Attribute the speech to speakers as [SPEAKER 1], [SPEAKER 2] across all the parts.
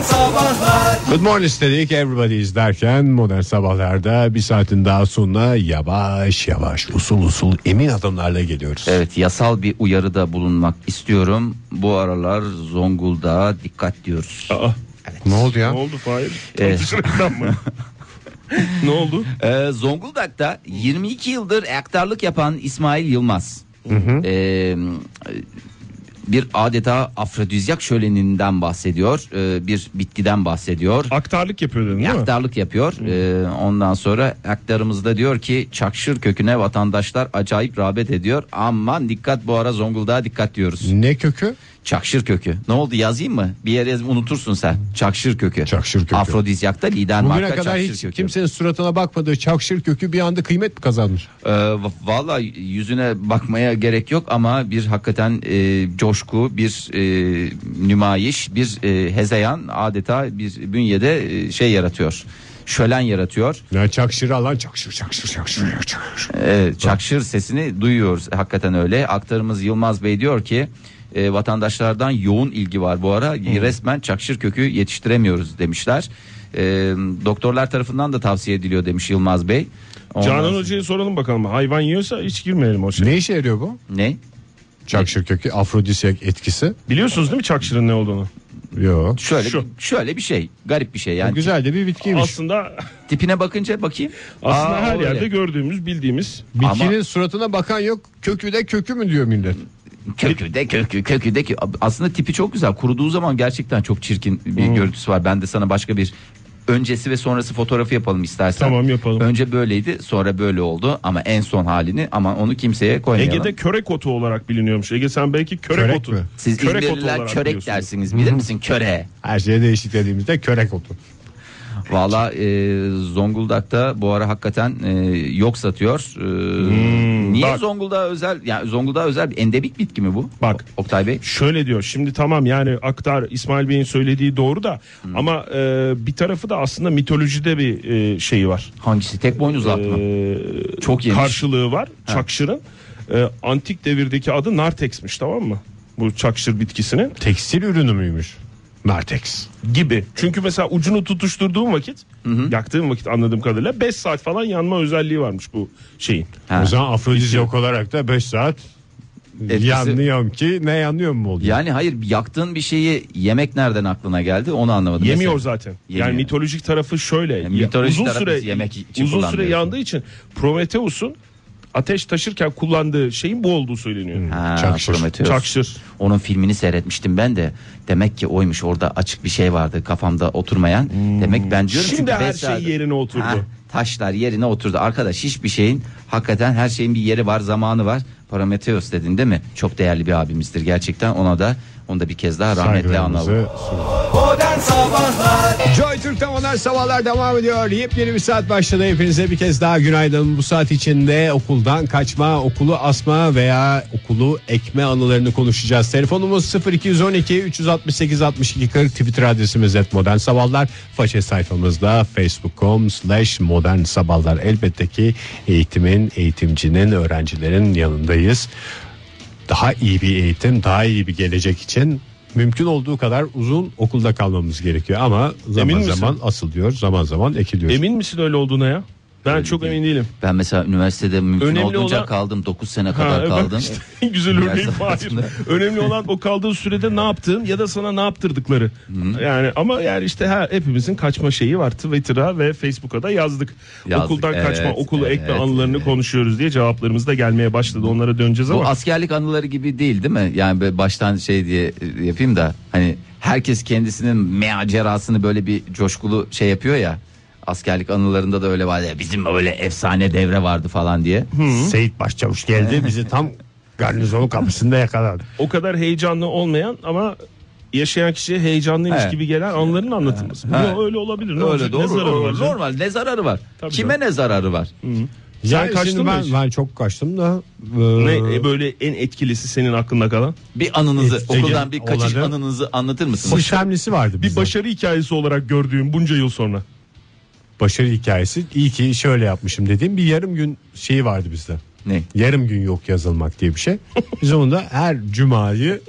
[SPEAKER 1] Sabahlar.
[SPEAKER 2] Good morning dedik everybody izlerken Modern Sabahlar'da bir saatin daha sonuna yavaş yavaş usul usul emin adımlarla geliyoruz.
[SPEAKER 3] Evet, yasal bir uyarıda bulunmak istiyorum. Bu aralar Zonguldak'a dikkat diyoruz.
[SPEAKER 2] Ne oldu ya?
[SPEAKER 4] Ne oldu Fahir? Tartışmaktan mı? Ne oldu?
[SPEAKER 3] Zonguldak''ta 22 yıldır aktarlık yapan İsmail Yılmaz bir adeta afrodizyak şöleninden bahsediyor. Bir bitkiden bahsediyor.
[SPEAKER 4] Aktarlık yapıyor dedin değil mi?
[SPEAKER 3] Aktarlık yapıyor. Ondan sonra aktarımızda diyor ki çakşır köküne vatandaşlar acayip rağbet ediyor. Aman dikkat, bu ara Zonguldak'a dikkat diyoruz.
[SPEAKER 2] Ne kökü?
[SPEAKER 3] Çakşır kökü. Ne oldu, yazayım mı? Bir yere unutursun sen. Çakşır kökü.
[SPEAKER 2] Çakşır kökü.
[SPEAKER 3] Afrodizyakta lider
[SPEAKER 2] Bugüne
[SPEAKER 3] marka
[SPEAKER 2] kadar
[SPEAKER 3] çakşır
[SPEAKER 2] hiç
[SPEAKER 3] kökü.
[SPEAKER 2] kimsenin suratına bakmadığı çakşır kökü bir anda kıymet mi kazanmış?
[SPEAKER 3] Vallahi yüzüne bakmaya gerek yok ama bir hakikaten coşku, bir nümayiş, bir hezeyan adeta bir bünyede şey yaratıyor. Şölen yaratıyor.
[SPEAKER 2] Yani çakşırı alan çakşır.
[SPEAKER 3] Çakşır sesini duyuyoruz. Hakikaten öyle. Aktarımız Yılmaz Bey diyor ki vatandaşlardan yoğun ilgi var bu ara. Resmen çakşır kökü yetiştiremiyoruz demişler. Doktorlar tarafından da tavsiye ediliyor demiş Yılmaz Bey.
[SPEAKER 4] Canan Hoca'ya soralım bakalım. Hayvan yiyorsa hiç girmeyelim o şeye.
[SPEAKER 2] Ne işe yarıyor bu?
[SPEAKER 3] Ne?
[SPEAKER 2] Çakşır kökü afrodisyak etkisi.
[SPEAKER 4] Biliyorsunuz değil mi çakşırın ne olduğunu?
[SPEAKER 2] Yok.
[SPEAKER 3] Şöyle bir şey. Garip bir şey yani.
[SPEAKER 2] Güzel de bir bitkiymiş.
[SPEAKER 4] Aslında
[SPEAKER 3] Tipine bakınca bakayım.
[SPEAKER 4] her
[SPEAKER 3] öyle.
[SPEAKER 4] yerde gördüğümüz, bildiğimiz.
[SPEAKER 2] Bitkinin suratına bakan yok. Kökü de kökü mü diyor millet?
[SPEAKER 3] Kökü de aslında tipi çok güzel. Kuruduğu zaman gerçekten çok çirkin bir görüntüsü var. Ben de sana başka bir öncesi ve sonrası fotoğrafı yapalım istersen.
[SPEAKER 4] Tamam, yapalım.
[SPEAKER 3] Önce böyleydi, sonra böyle oldu ama en son halini, ama onu kimseye koymayalım.
[SPEAKER 4] Ege'de körek otu olarak biliniyormuş. Ege sen belki körek otu.
[SPEAKER 2] mi?
[SPEAKER 3] Siz
[SPEAKER 4] körek otu
[SPEAKER 3] İzmirliler
[SPEAKER 4] olarak
[SPEAKER 3] körek
[SPEAKER 4] biliyorsunuz.
[SPEAKER 3] dersiniz, bilir misin köre?
[SPEAKER 2] Her şeye değişik dediğimizde körek otu.
[SPEAKER 3] Valla Zonguldak'ta bu ara hakikaten yok satıyor. Niye
[SPEAKER 4] bak.
[SPEAKER 3] Zonguldak'a özel, yani Zonguldak'a özel bir endemik bitki mi bu?
[SPEAKER 4] Bak.
[SPEAKER 3] Oktay Bey.
[SPEAKER 4] Şöyle diyor. Şimdi tamam, yani Aktar İsmail Bey'in söylediği doğru da ama bir tarafı da aslında mitolojide bir şeyi var.
[SPEAKER 3] Hangisi? Tek boynuzlu at mı? Çok yemiş.
[SPEAKER 4] Karşılığı var çakşırın. Antik devirdeki adı nartex'miş, tamam mı? Bu çakşır bitkisinin
[SPEAKER 2] Tekstil ürünü müymüş? Nartex.
[SPEAKER 4] gibi. Çünkü mesela ucunu tutuşturduğum vakit, yaktığım vakit anladığım kadarıyla 5 saat falan yanma özelliği varmış bu şeyin.
[SPEAKER 3] Ha.
[SPEAKER 2] O zaman afrodizyak olarak da 5 saat
[SPEAKER 3] Etkisi-
[SPEAKER 2] yanlıyorum ki ne yanıyor mu oluyor?
[SPEAKER 3] Yani hayır, yaktığın bir şeyi yemek nereden aklına geldi onu anlamadım.
[SPEAKER 4] Yemiyor
[SPEAKER 3] Mesela.
[SPEAKER 4] zaten.
[SPEAKER 3] Yemiyor.
[SPEAKER 4] Yani mitolojik tarafı şöyle.
[SPEAKER 3] mitolojik
[SPEAKER 4] uzun
[SPEAKER 3] tarafı
[SPEAKER 4] süre
[SPEAKER 3] yemek için
[SPEAKER 4] uzun süre
[SPEAKER 3] kullanılıyor.
[SPEAKER 4] yandığı için Prometheus'un ateş taşırken kullandığı şeyin bu olduğu söyleniyor.
[SPEAKER 3] Ha,
[SPEAKER 2] Çakşır.
[SPEAKER 3] Prometheus.
[SPEAKER 4] Çakşır.
[SPEAKER 3] Onun filmini seyretmiştim ben de. Demek ki oymuş, orada açık bir şey vardı kafamda oturmayan. Demek ben diyorum
[SPEAKER 4] Şimdi
[SPEAKER 3] çünkü
[SPEAKER 4] her
[SPEAKER 3] beş
[SPEAKER 4] şey
[SPEAKER 3] saat-
[SPEAKER 4] yerine oturdu.
[SPEAKER 3] Ha, taşlar yerine oturdu. Arkadaş, hiçbir şeyin, hakikaten her şeyin bir yeri var, zamanı var. Prometheus dedin değil mi? Çok değerli bir abimizdir gerçekten. Onu da bir kez daha rahmetle analım.
[SPEAKER 2] Saygılarımızı
[SPEAKER 1] Modern Sabahlar.
[SPEAKER 2] Joy Türk'te Modern Sabahlar devam ediyor. Yepyeni bir saat başladı. Hepinize bir kez daha günaydın. Bu saat içinde okuldan kaçma, okulu asma veya okulu ekme anılarını konuşacağız. Telefonumuz 0212 368 62 40. Twitter adresimiz @Modern Sabahlar. Façe sayfamızda facebook.com/Modern Sabahlar. Elbette ki eğitimin, eğitimcinin, öğrencilerin yanındayız. Daha iyi bir eğitim, daha iyi bir gelecek için mümkün olduğu kadar uzun okulda kalmamız gerekiyor ama zaman
[SPEAKER 4] Emin misin?
[SPEAKER 2] zaman asılıyor, zaman zaman ekiliyor.
[SPEAKER 4] Emin misin öyle olduğuna ya? Ben çok emin değilim.
[SPEAKER 3] Ben mesela üniversitede mümkün
[SPEAKER 4] Önemli
[SPEAKER 3] olduğunca
[SPEAKER 4] olan-
[SPEAKER 3] kaldım. 9 sene kadar
[SPEAKER 4] bak
[SPEAKER 3] kaldım.
[SPEAKER 4] işte, güzel örneğin
[SPEAKER 3] Üniversite
[SPEAKER 4] Fahir.
[SPEAKER 3] hayatında.
[SPEAKER 4] Önemli olan o kaldığı sürede ne yaptığın ya da sana ne yaptırdıkları. Yani ama yani işte hepimizin kaçma şeyi var. Twitter'a ve Facebook'a da yazdık. Okuldan kaçma,
[SPEAKER 3] evet,
[SPEAKER 4] okulu ekme
[SPEAKER 3] evet,
[SPEAKER 4] anılarını konuşuyoruz diye cevaplarımız da gelmeye başladı. Onlara döneceğiz
[SPEAKER 3] Bu
[SPEAKER 4] ama.
[SPEAKER 3] askerlik anıları gibi değil mi? Yani böyle baştan şey diye yapayım da, hani herkes kendisinin macerasını böyle bir coşkulu şey yapıyor ya. Askerlik anılarında da öyle var ya, bizim öyle efsane devre vardı falan diye.
[SPEAKER 2] Seyit Başçavuş geldi, bizi tam garnizonun kapısında yakaladı.
[SPEAKER 4] O kadar heyecanlı olmayan ama yaşayan kişiye heyecanlıymış
[SPEAKER 3] Evet.
[SPEAKER 4] gibi gelen anların anlatılması.
[SPEAKER 3] Evet.
[SPEAKER 4] Yok, öyle olabilir. Ne
[SPEAKER 3] Öyle
[SPEAKER 4] olacak? Ne zararı var
[SPEAKER 3] doğru.
[SPEAKER 4] canım?
[SPEAKER 3] Normal, ne zararı var?
[SPEAKER 4] Tabii
[SPEAKER 3] Kime
[SPEAKER 4] canım.
[SPEAKER 3] ne zararı var?
[SPEAKER 2] Yani
[SPEAKER 4] kaçtın
[SPEAKER 2] şimdi
[SPEAKER 4] mı hiç?
[SPEAKER 2] ben çok kaçtım da.
[SPEAKER 4] Ne böyle en etkilisi senin aklında kalan?
[SPEAKER 3] Bir anınızı,
[SPEAKER 2] Ege,
[SPEAKER 3] okuldan bir kaçış
[SPEAKER 2] olanı-
[SPEAKER 3] anınızı anlatır mısınız?
[SPEAKER 2] Sistemlisi vardı
[SPEAKER 4] Bir
[SPEAKER 2] bizde.
[SPEAKER 4] başarı hikayesi olarak gördüğüm bunca yıl sonra.
[SPEAKER 2] Başarı hikayesi. İyi ki şöyle yapmışım dediğim bir yarım gün şeyi vardı bizde.
[SPEAKER 3] Ne?
[SPEAKER 2] Yarım gün yok yazılmak diye bir şey. Biz onu da her cumayı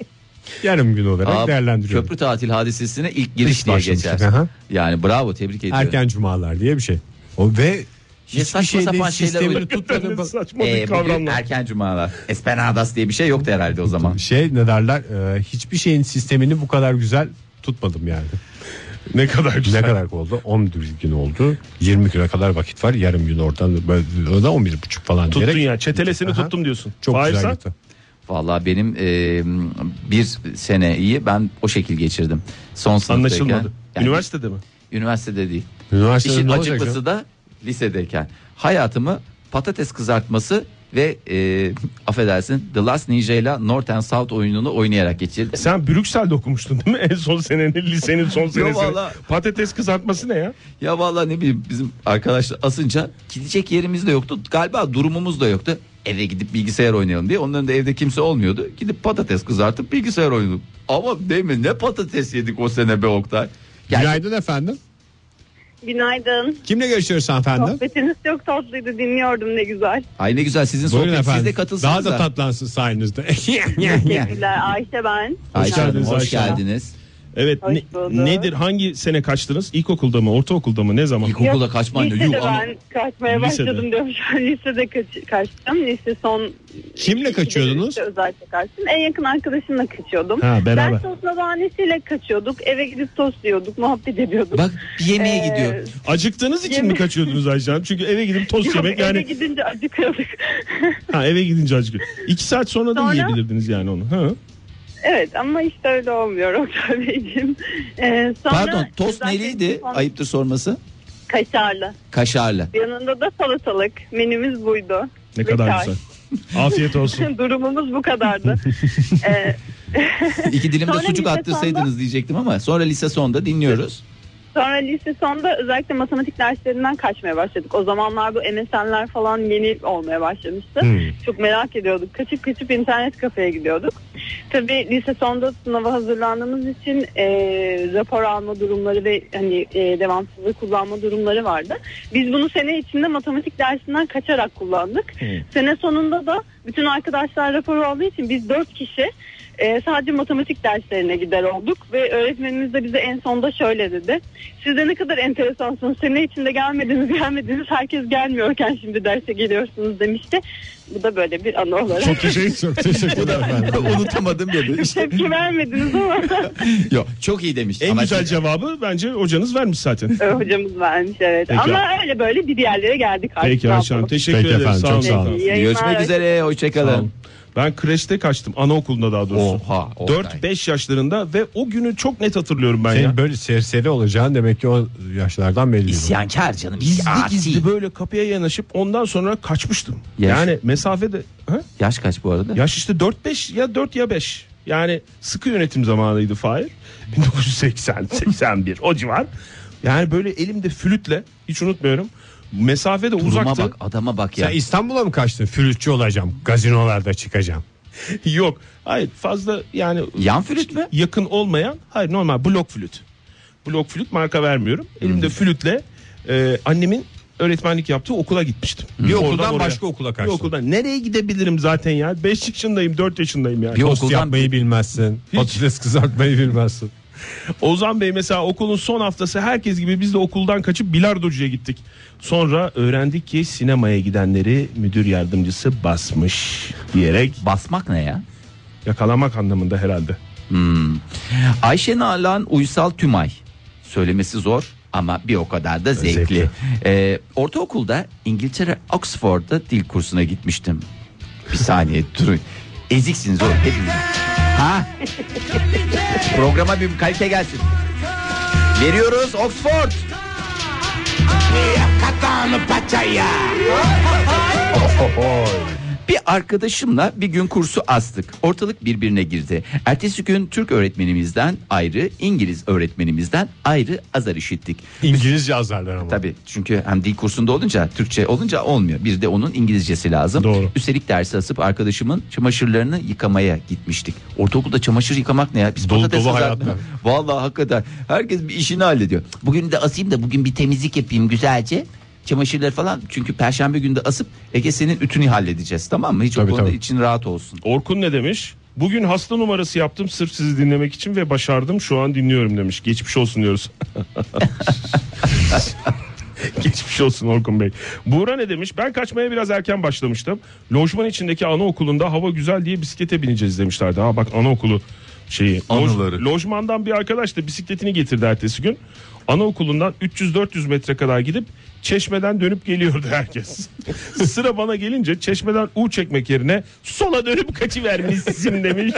[SPEAKER 2] Yarım gün olarak değerlendiriyorum.
[SPEAKER 3] Köprü tatil hadisesine ilk giriş
[SPEAKER 2] Kış
[SPEAKER 3] diye
[SPEAKER 2] başlamış.
[SPEAKER 3] geçer.
[SPEAKER 2] Aha.
[SPEAKER 3] Yani bravo, tebrik ediyorum.
[SPEAKER 2] Erken cumalar diye bir şey. O ve hiçbir
[SPEAKER 3] saçma sapan
[SPEAKER 2] şeyde
[SPEAKER 3] şeyler
[SPEAKER 2] sistemini
[SPEAKER 3] oluyor.
[SPEAKER 2] tutmadı.
[SPEAKER 4] Saçma bir
[SPEAKER 3] Bugün
[SPEAKER 4] kavramlar.
[SPEAKER 3] erken cumalar. Espanadas diye bir şey yoktu herhalde o zaman.
[SPEAKER 2] Ne derler? Hiçbir şeyin sistemini bu kadar güzel tutmadım yani.
[SPEAKER 4] Ne kadar güzel.
[SPEAKER 2] Ne kadar oldu? 11 gün oldu. 20 güne kadar vakit var. Yarım gün oradan böyle 11,5 falan
[SPEAKER 4] Tuttun
[SPEAKER 2] diyerek.
[SPEAKER 4] ya, çetelesini
[SPEAKER 2] Aha.
[SPEAKER 4] tuttum diyorsun.
[SPEAKER 2] Çok
[SPEAKER 4] Fahir
[SPEAKER 2] güzel
[SPEAKER 4] sen?
[SPEAKER 2] gitti.
[SPEAKER 3] Vallahi benim bir seneyi ben o şekil geçirdim. Son sınıftayken.
[SPEAKER 4] Anlaşılmadı.
[SPEAKER 3] Yani
[SPEAKER 4] Üniversitede mi?
[SPEAKER 3] üniversitede değil.
[SPEAKER 2] Üniversitede
[SPEAKER 3] İşin
[SPEAKER 2] ne olacak
[SPEAKER 3] acıklısı
[SPEAKER 2] ya?
[SPEAKER 3] da lisedeyken. Hayatımı patates kızartması ve affedersin The Last Ninja ile North and South oyununu oynayarak geçirdim.
[SPEAKER 4] Sen Brüksel'de okumuştun değil mi? En son senenin, lisenin son senesini.
[SPEAKER 3] vallahi.
[SPEAKER 4] Patates kızartması ne ya?
[SPEAKER 3] Ya vallahi ne bileyim, bizim arkadaşlar asınca gidecek yerimiz de yoktu. Galiba durumumuz da yoktu. Eve gidip bilgisayar oynayalım diye. Onların da evde kimse olmuyordu. Gidip patates kızartıp bilgisayar oynadık. Ama değil mi, ne patates yedik o sene be Oktay.
[SPEAKER 2] Günaydın efendim.
[SPEAKER 5] Günaydın.
[SPEAKER 2] Kimle görüşüyoruz hanımefendi?
[SPEAKER 5] Sohbetiniz çok tatlıydı, dinliyordum, ne güzel.
[SPEAKER 3] Ay ne güzel, sizin
[SPEAKER 2] Buyurun
[SPEAKER 3] sohbet, siz
[SPEAKER 2] efendim.
[SPEAKER 3] de katılsanız
[SPEAKER 2] Daha da tatlansın sayenizde.
[SPEAKER 5] Teşekkürler. Ayşe ben.
[SPEAKER 3] Ayşe Hanım,
[SPEAKER 4] geldiniz
[SPEAKER 3] hoş
[SPEAKER 4] Ayşe Hanım.
[SPEAKER 3] geldiniz.
[SPEAKER 4] Evet,
[SPEAKER 5] Hoş bulduk.
[SPEAKER 4] nedir, hangi sene kaçtınız? İlkokulda mı, ortaokulda mı, ne zaman?
[SPEAKER 3] İlkokulda kaçmayla
[SPEAKER 5] Lisede
[SPEAKER 3] yuh ama.
[SPEAKER 5] ben kaçmaya
[SPEAKER 4] Lisede.
[SPEAKER 5] başladım diyorum. Şu an lisede kaçtım. Lise son...
[SPEAKER 2] Kimle kaçıyordunuz?
[SPEAKER 5] Lise özellikle kaçtım. En yakın arkadaşımla kaçıyordum.
[SPEAKER 4] Ha, beraber.
[SPEAKER 5] Ders sosla bahanesiyle kaçıyorduk. Eve gidip tost yiyorduk, muhabbet ediyorduk.
[SPEAKER 3] Bak bir yemeğe gidiyor.
[SPEAKER 4] Acıktığınız için mi kaçıyordunuz Ayşe Hanım? Çünkü eve gidip tost
[SPEAKER 5] Yok,
[SPEAKER 4] yemek
[SPEAKER 5] eve
[SPEAKER 4] yani.
[SPEAKER 5] gidince acıkıyorduk.
[SPEAKER 4] Eve gidince acıkıyor. 2 saat sonra da
[SPEAKER 5] Sonra-
[SPEAKER 4] yiyebilirdiniz yani onu. Ha?
[SPEAKER 5] Evet, ama işte öyle olmuyor Oktay Beyciğim. Sonra
[SPEAKER 3] Pardon, tost
[SPEAKER 5] özellikle
[SPEAKER 3] neydi?
[SPEAKER 5] son-
[SPEAKER 3] Ayıptır sorması.
[SPEAKER 5] Kaşarlı.
[SPEAKER 3] Kaşarlı.
[SPEAKER 5] Yanında da salatalık. Menümüz buydu.
[SPEAKER 4] Ne
[SPEAKER 5] Ve
[SPEAKER 4] kadar
[SPEAKER 5] çay.
[SPEAKER 4] güzel. Afiyet olsun.
[SPEAKER 5] Durumumuz bu kadardı.
[SPEAKER 3] 2 dilim de
[SPEAKER 5] Sonra
[SPEAKER 3] sucuk
[SPEAKER 5] lise
[SPEAKER 3] attırsaydınız diyecektim ama sonra lise sonda dinliyoruz.
[SPEAKER 5] Sonra lise sonda özellikle matematik derslerinden kaçmaya başladık. O zamanlar bu MSN'ler falan yeni olmaya başlamıştı. Çok merak ediyorduk. Kaçıp internet kafeye gidiyorduk. Tabii lise sonda sınava hazırlandığımız için rapor alma durumları ve hani devamsızlığı kullanma durumları vardı. Biz bunu sene içinde matematik dersinden kaçarak kullandık. Sene sonunda da bütün arkadaşlar rapor aldığı için biz 4 kişi sadece matematik derslerine gider olduk ve öğretmenimiz de bize en sonda şöyle dedi: siz de ne kadar enteresansınız, sene içinde gelmediniz, herkes gelmiyorken şimdi derse geliyorsunuz demişti. Bu da böyle bir anı olarak.
[SPEAKER 2] Çok teşekkürler efendim.
[SPEAKER 3] Unutamadım dedi.
[SPEAKER 5] Tepki vermediniz ama
[SPEAKER 3] Yok, çok iyi demiş.
[SPEAKER 4] En
[SPEAKER 3] Ama
[SPEAKER 4] güzel
[SPEAKER 3] şimdi-
[SPEAKER 4] cevabı bence hocanız vermiş zaten.
[SPEAKER 5] hocamız vermiş, evet.
[SPEAKER 4] Peki.
[SPEAKER 5] Ama öyle böyle bir yerlere geldik artık.
[SPEAKER 4] Peki
[SPEAKER 5] Ne
[SPEAKER 4] Ayşe Hanım,
[SPEAKER 5] yapalım?
[SPEAKER 4] teşekkür
[SPEAKER 2] Peki
[SPEAKER 4] ederim.
[SPEAKER 2] efendim,
[SPEAKER 4] Sağ
[SPEAKER 2] çok
[SPEAKER 4] olun.
[SPEAKER 2] sağ olun.
[SPEAKER 5] İyi yayınlar.
[SPEAKER 3] Görüşmek üzere, hoşçakalın.
[SPEAKER 4] Ben kreşte kaçtım, anaokulunda daha doğrusu.
[SPEAKER 3] Oha, Oktay.
[SPEAKER 4] 4-5 yaşlarında ve o günü çok net hatırlıyorum ben ya.
[SPEAKER 2] Senin böyle serseri olacağın demek ki o yaşlardan belliydi.
[SPEAKER 3] İsyankar canım.
[SPEAKER 4] Gizli
[SPEAKER 3] isyanci.
[SPEAKER 4] gizli böyle kapıya yanaşıp ondan sonra kaçmıştım.
[SPEAKER 3] Yaş.
[SPEAKER 4] Yani mesafede
[SPEAKER 3] Yaş kaç bu arada?
[SPEAKER 4] yaş işte 4-5 ya 4 ya 5. Yani sıkı yönetim zamanıydı Fahir. 1980-81 o civar. Yani böyle elimde flütle, hiç unutmuyorum. Mesafede
[SPEAKER 3] Duruma
[SPEAKER 4] uzaktı.
[SPEAKER 3] bak, adama bak ya.
[SPEAKER 2] Sen İstanbul'a mı kaçtın? Flütçü olacağım. Gazinolarda çıkacağım.
[SPEAKER 4] Yok. Hayır, fazla yani
[SPEAKER 3] Yan flüt mü?
[SPEAKER 4] yakın olmayan, hayır normal blok flüt. Blok flüt, marka vermiyorum. Elimde flütle annemin öğretmenlik yaptığı okula gitmiştim.
[SPEAKER 2] Bir
[SPEAKER 4] Oradan
[SPEAKER 2] okuldan
[SPEAKER 4] oraya.
[SPEAKER 2] başka okula
[SPEAKER 4] Bir
[SPEAKER 2] kaçtın.
[SPEAKER 4] okuldan nereye gidebilirim zaten ya? 5 yaşındayım, 4 yaşındayım yani.
[SPEAKER 3] Bir
[SPEAKER 2] Tost
[SPEAKER 3] okuldan-
[SPEAKER 2] yapmayı bilmezsin. Patates kızartmayı bilmezsin.
[SPEAKER 4] Ozan Bey mesela okulun son haftası herkes gibi biz de okuldan kaçıp bilardocuya gittik. Sonra öğrendik ki sinemaya gidenleri müdür yardımcısı basmış diyerek
[SPEAKER 3] Basmak ne ya?
[SPEAKER 4] yakalamak anlamında herhalde.
[SPEAKER 3] Ayşe Nalan Uysal Tümay. Söylemesi zor ama bir o kadar da zevkli. Ortaokulda İngiltere Oxford'da dil kursuna gitmiştim. Bir saniye durun. Eziksiniz oğlum hepiniz. Ha? Programa bir kalite gelsin. Veriyoruz Oxford. Bir arkadaşımla bir gün kursu astık. Ortalık birbirine girdi. Ertesi gün Türk öğretmenimizden ayrı, İngiliz öğretmenimizden ayrı azar işittik.
[SPEAKER 2] İngilizce yazarlar ama.
[SPEAKER 3] Tabii, çünkü hem dil kursunda olunca Türkçe olunca olmuyor. Bir de onun İngilizcesi lazım.
[SPEAKER 4] Doğru.
[SPEAKER 3] Üstelik dersi asıp arkadaşımın çamaşırlarını yıkamaya gitmiştik. Ortaokulda çamaşır yıkamak ne ya? Biz
[SPEAKER 2] Dolu
[SPEAKER 3] patates
[SPEAKER 2] dolu
[SPEAKER 3] kızartma-
[SPEAKER 2] hayatlar.
[SPEAKER 3] Vallahi hakikaten herkes bir işini hallediyor. Bugün de asayım da bugün bir temizlik yapayım güzelce. Çamaşırları falan, çünkü perşembe günü de asıp Ege senin ütünü halledeceğiz, tamam mı? Hiç o
[SPEAKER 2] Tabii,
[SPEAKER 3] konuda
[SPEAKER 2] tabii.
[SPEAKER 3] için rahat olsun.
[SPEAKER 4] Orkun ne demiş? Bugün hasta numarası yaptım sırf sizi dinlemek için ve başardım. Şu an dinliyorum demiş. Geçmiş olsun diyoruz. Geçmiş olsun Orkun Bey. Buğra ne demiş? Ben kaçmaya biraz erken başlamıştım. Lojman içindeki anaokulunda hava güzel diye bisiklete bineceğiz demişlerdi. Ha bak anaokulu şeyi.
[SPEAKER 3] Anıları.
[SPEAKER 4] Lojmandan bir arkadaş da bisikletini getirdi ertesi gün. Anaokulundan 300-400 metre kadar gidip Çeşmeden dönüp geliyordu herkes. Sıra bana gelince Çeşmeden U çekmek yerine sola dönüp kaçıvermişsin demiş.